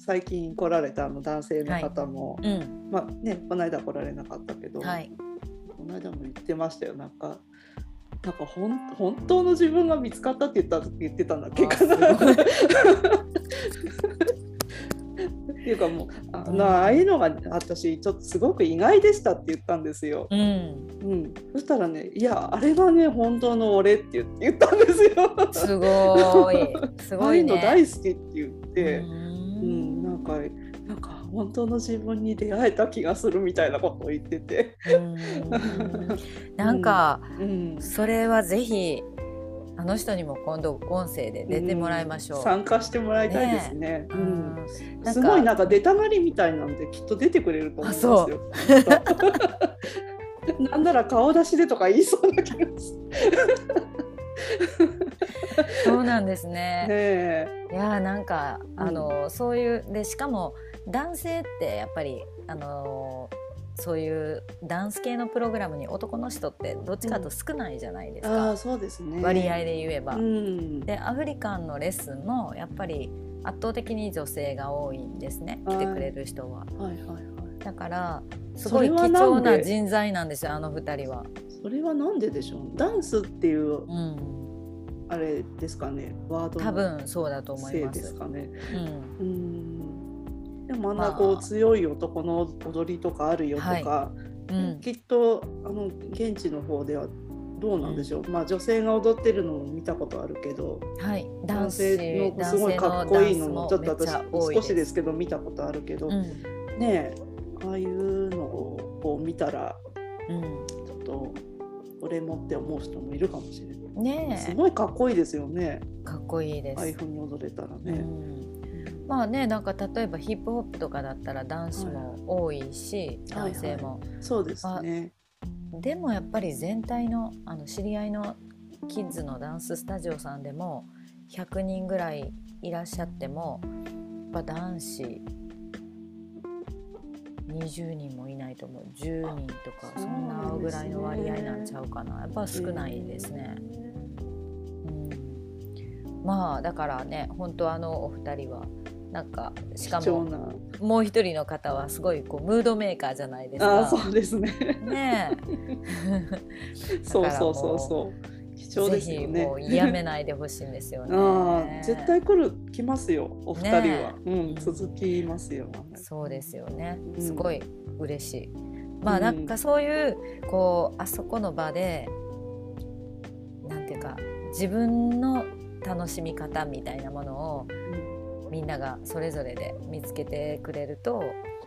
最近来られた男性の方も、 はい、 まあね、この間来られなかったけど、 はい、 この間も言ってましたよ。なんか本当の自分が見つかったって言ってたんだっけかな。っていうかもうああいうのが私ちょっとすごく意外でしたって言ったんですよ。 うんそしたらね、いやあれがね本当の俺って言ったんですよ。 すごいすごいね。 ああいうの大好きって言って、なんか本当の自分に出会えた気がするみたいなことを言ってて、 なんか、それはぜひあの人にも今度音声で出てもらいましょう。 参加してもらいたいですね。すごいなんか出たがりみたいなんできっと出てくれると思いますよ。なんなら顔出しでとか言いそうな気がする。 そうなんですね。いやなんかそういうで、しかも男性ってやっぱりそういうダンス系のプログラムに男の人ってどっちかと少ないじゃないですか。 そうですね、 割合で言えば。でアフリカンのレッスンもやっぱり圧倒的に女性が多いんですね、来てくれる人は。だからすごい貴重な人材なんですよ、あの2人は。それはなんででしょう。ダンスっていう、あれですかね、ワードの多分そうだと思います。せいですかね。でもあんな強い男の踊りとかあるよとか、きっと現地の方ではどうなんでしょう。女性が踊ってるのも見たことあるけど、男性のすごいかっこいいのもちょっと私少しですけど見たことあるけど、ね、ああいうのを見たら、ちょっと俺もって思う人もいるかもしれない。すごいかっこいいですよね。かっこいいです。ああいう風に踊れたらね。なんか例えばヒップホップとかだったら男子も多いし、男性も、そうですね。でもやっぱり全体の知り合いのキッズのダンススタジオさんでも100人ぐらいいらっしゃっても、やっぱ男子20人もいないと思う。10人とかそんなぐらいの割合なんちゃうかな。やっぱ少ないですね。だからね、本当お二人はなんか、しかももう一人の方はすごいムードメーカーじゃないですか。そうですね。そう貴重ですよね。ぜひもうやめないでほしいんですよね。絶対来ますよ、お二人は。続きますよ。そうですよね。すごい嬉しい。なんかそういうあそこの場でなんていうか、自分の楽しみ方みたいなものをみんながそれぞれで見つけてくれると、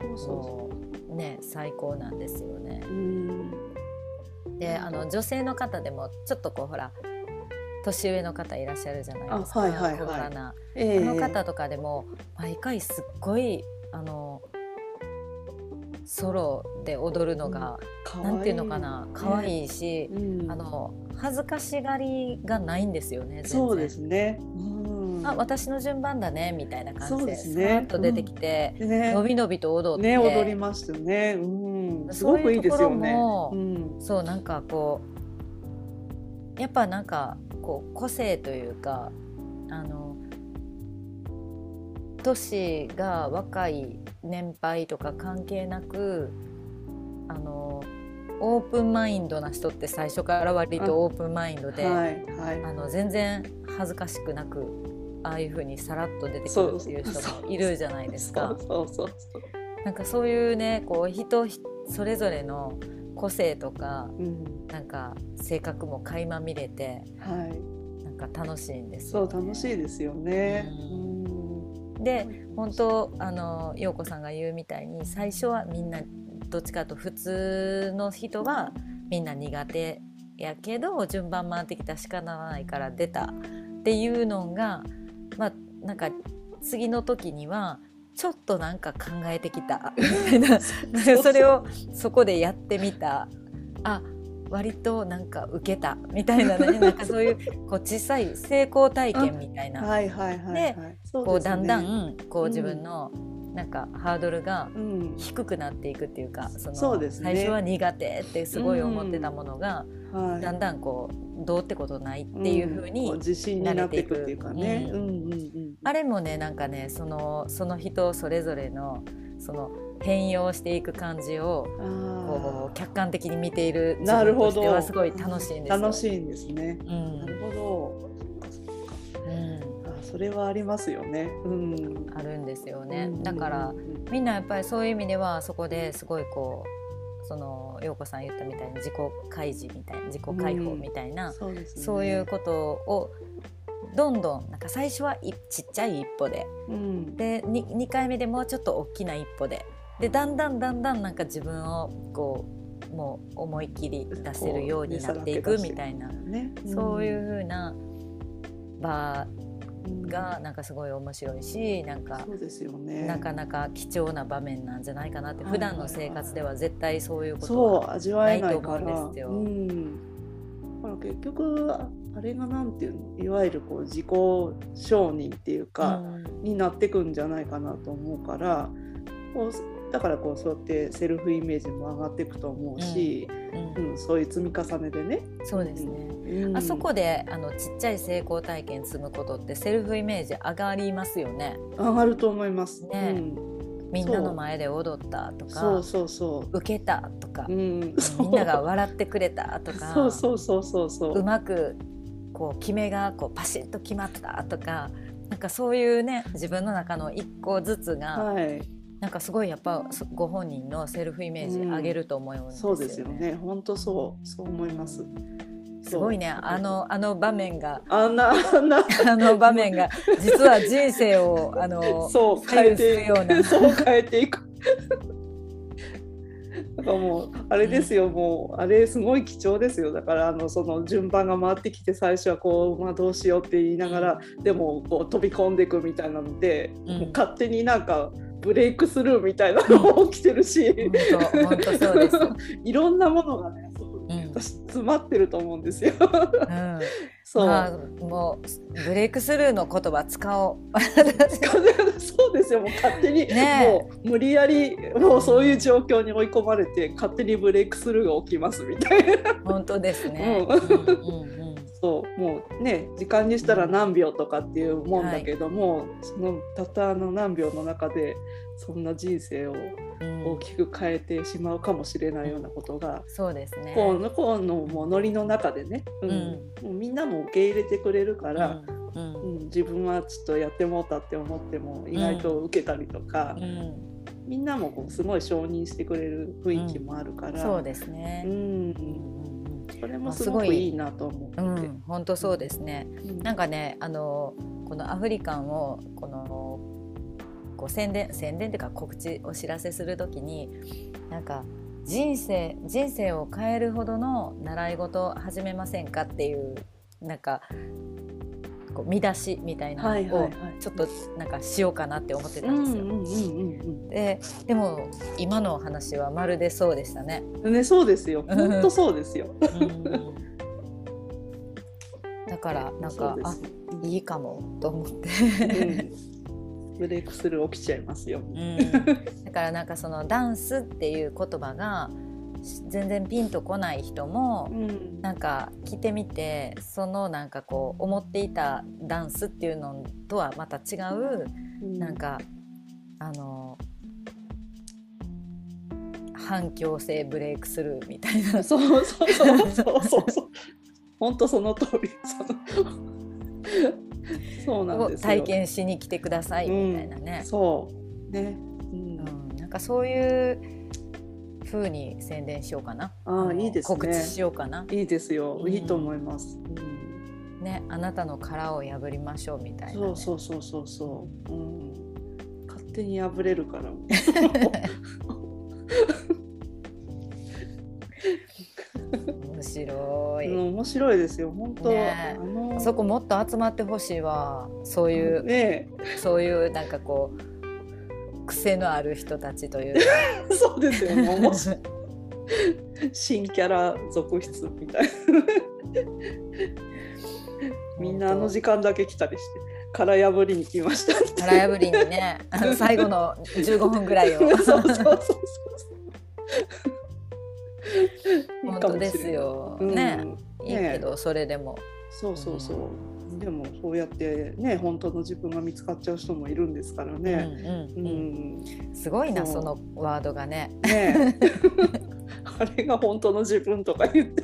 最高なんですよね。で女性の方でもちょっとほら年上の方いらっしゃるじゃないですか。小柄な、の方とかでも毎回すっごいソロで踊るのが、なんていうのかな、可愛いし、恥ずかしがりがないんですよね。全然。そうですね。私の順番だねみたいな感じでさーっと出てきて、のびのびと踊って踊りましたね。すごくいいですよね。そう、なんかやっぱなんか個性というか、年が若い年配とか関係なくオープンマインドな人って最初から割とオープンマインドで、全然恥ずかしくなくああいう風にさらっと出てくるっていう人もいるじゃないですか。なんかそういうね、人それぞれの個性とか、なんか性格も垣間見れて、なんか楽しいんですよね。そう、楽しいですよね。で本当陽子さんが言うみたいに、最初はみんなどっちかと普通の人はみんな苦手やけど、順番回ってきたら仕方ないから出たっていうのが、なんか次の時にはちょっとなんか考えてきたみたいなそれをそこでやってみた、割となんか受けたみたいなね、なんかそういう小さい成功体験みたいなで、だんだん自分のなんかハードルが低くなっていくっていうか、 そうですね、 最初は苦手ってすごい思ってたものが、だんだんこうどうってことないっていう風に自信になっていくっていうかね。 あれもねなんかねその人それぞれのその変容していく感じをこう客観的に見ている自分としてはすごい楽しいんですよ。 楽しいんですね。なるほど。それはありますよね。 あるんですよね。だからみんなやっぱりそういう意味ではそこですごいこうその陽子さん言ったみたいに自己開示みたいな自己解放みたいな、そういうことをどんどんなんか最初はちっちゃい一歩で、で 2回目でもうちょっと大きな一歩で、だんだんなんか自分をこうもう思いっきり出せるようになっていくみたいな、そういう風な場がなんかすごい面白いし、なんかそうですよね、 なかなか貴重な場面なんじゃないかなって、普段の生活では絶対そういうことはないと思うんですよ。 だから結局あれがなんていうの、いわゆるこう自己承認っていうか、になってくんじゃないかなと思うから、こうだからこうそうやってセルフイメージも上がっていくと思うし、そういう積み重ねでね。 そうですね、あそこでちっちゃい成功体験積むことってセルフイメージ上がりますよね。 上がると思いますね。 みんなの前で踊ったとか、受けたとか、みんなが笑ってくれたとか、うまくこう決めがこうパシッと決まったとか、なんかそういうね自分の中の一個ずつが、なんかすごいやっぱご本人のセルフイメージ上げると思うんですよね。 そうですよね。本当そう思います。 すごいね、あの場面があの場面が実は人生を左右するような変えていくだからもうあれですよ、もうあれすごい貴重ですよ。だからその順番が回ってきて、最初はこう、どうしようって言いながら、でもこう飛び込んでいくみたいなので、もう勝手になんかブレイクスルーみたいなのも起きてるし、 本当そうですいろんなものがね詰まってると思うんですよ。 もうブレイクスルーの言葉使おうそうですよ、もう勝手に、もう無理やりもうそういう状況に追い込まれて、勝手にブレイクスルーが起きますみたいな。 本当ですね。 そうもうね、時間にしたら何秒とかっていうもんだけども、そのたった何秒の中でそんな人生を大きく変えてしまうかもしれないようなことが、 そうですね、 このもうノリの中でね、もうみんなも受け入れてくれるから、自分はちょっとやってもうたって思っても意外と受けたりとか、みんなもこうすごい承認してくれる雰囲気もあるから、 そうですね、 それもすごくいいなと思って、 本当そうですね。なんかねこのアフリカンをこう宣伝っていうか告知お知らせするときに、なんか人生を変えるほどの習い事を始めませんかっていうなんかこう見出しみたいなのをちょっとなんかしようかなって思ってたんですよ。でも今の話はまるでそうでしたね。 そうですよ。本当そうですよ。 だからなんかいいかもと思って。 ブレイクスルー起きちゃいますよ。 だからなんかそのダンスっていう言葉が全然ピンとこない人も、なんか聞いてみて、そのなんかこう思っていたダンスっていうのとはまた違う、なんか反響性ブレイクスルーみたいな。 そう本当その通り。そうなんですよ。 体験しに来てくださいみたいなね。 そうね、 なんかそういう風に宣伝しようかな。 いいですね。 告知しようかな。 いいですよ。いいと思います。 ね、あなたの殻を破りましょうみたいな、ね。 そう。勝手に破れるから。面白いですよ本当、 ね、そこもっと集まってほしいわ。そういう、そういうなんかこう癖のある人たちというそうですよね。新キャラ続出みたいなみんな時間だけ来たりして殻破りに来ました。 殻破りにね、最後の15分ぐらいをそう本当ですよ、ね、いいけど、それでもそう、でもそうやってね本当の自分が見つかっちゃう人もいるんですからね。 すごいな、そのワードがね。 あれが本当の自分とか言って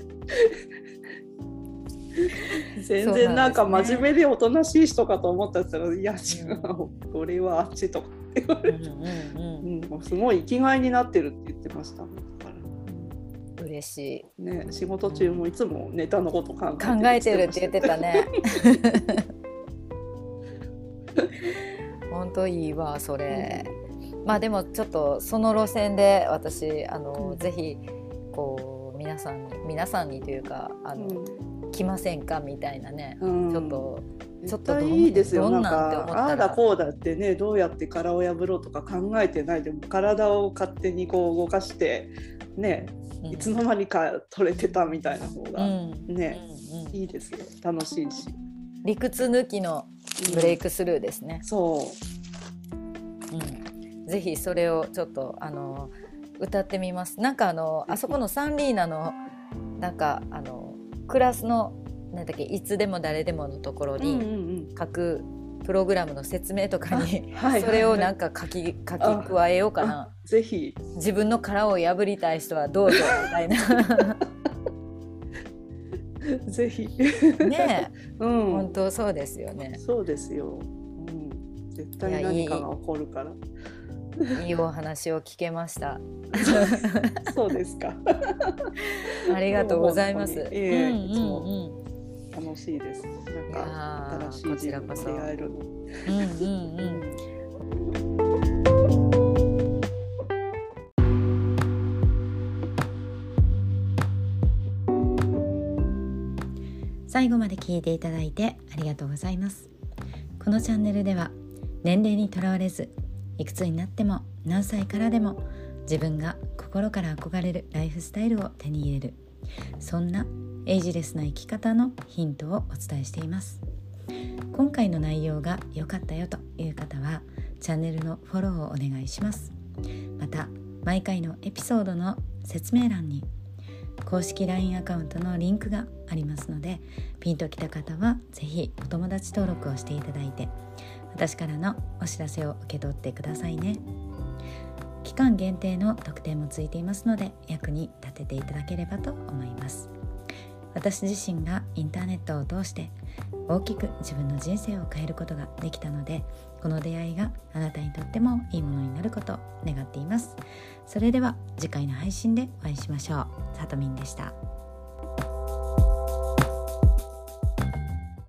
全然なんか真面目でおとなしい人かと思ったら、いや違う、俺はあっちとかって言われて、すごい生きがいになってるって言ってました。 嬉しい、 ね、仕事中もいつもネタのこと考えてるって言ってたね。本当いいわそれ。まあでもちょっとその路線で私ぜひこう皆さんにというか来ませんかみたいなね、ちょっといいですよ。なんかああだこうだってね、どうやって殻を破ろうとか考えてないでも体を勝手にこう動かしてね、いつの間にか取れてたみたいな方がね、いいですよ。楽しいし。 理屈抜きのブレイクスルーですね。 そう。 ぜひそれをちょっと歌ってみます。なんかあそこのサンリーナのなんかクラスのなんだっけ、いつでも誰でものところに書くプログラムの説明とかにそれをなんか書き加えようかな。 ぜひ自分の殻を破りたい人はどうぞみたいな。 ぜひねえ、本当そうですよね。 そうですよ、絶対何かが起こるから。 いいお話を聞けました。 そうですか。 ありがとうございます。 楽しいです。なんか新しい自分と出会えるの。 最後まで聞いていただいてありがとうございます。このチャンネルでは年齢にとらわれず、いくつになっても何歳からでも自分が心から憧れるライフスタイルを手に入れる、そんなエイジレスな生き方のヒントをお伝えしています。今回の内容が良かったよという方はチャンネルのフォローをお願いします。また毎回のエピソードの説明欄に公式 LINE アカウントのリンクがありますので、ピンときた方はぜひお友達登録をしていただいて、私からのお知らせを受け取ってくださいね。期間限定の特典もついていますので、役に立てていただければと思います。私自身がインターネットを通して大きく自分の人生を変えることができたので、この出会いがあなたにとってもいいものになることを願っています。それでは次回の配信でお会いしましょう。さとみんでした。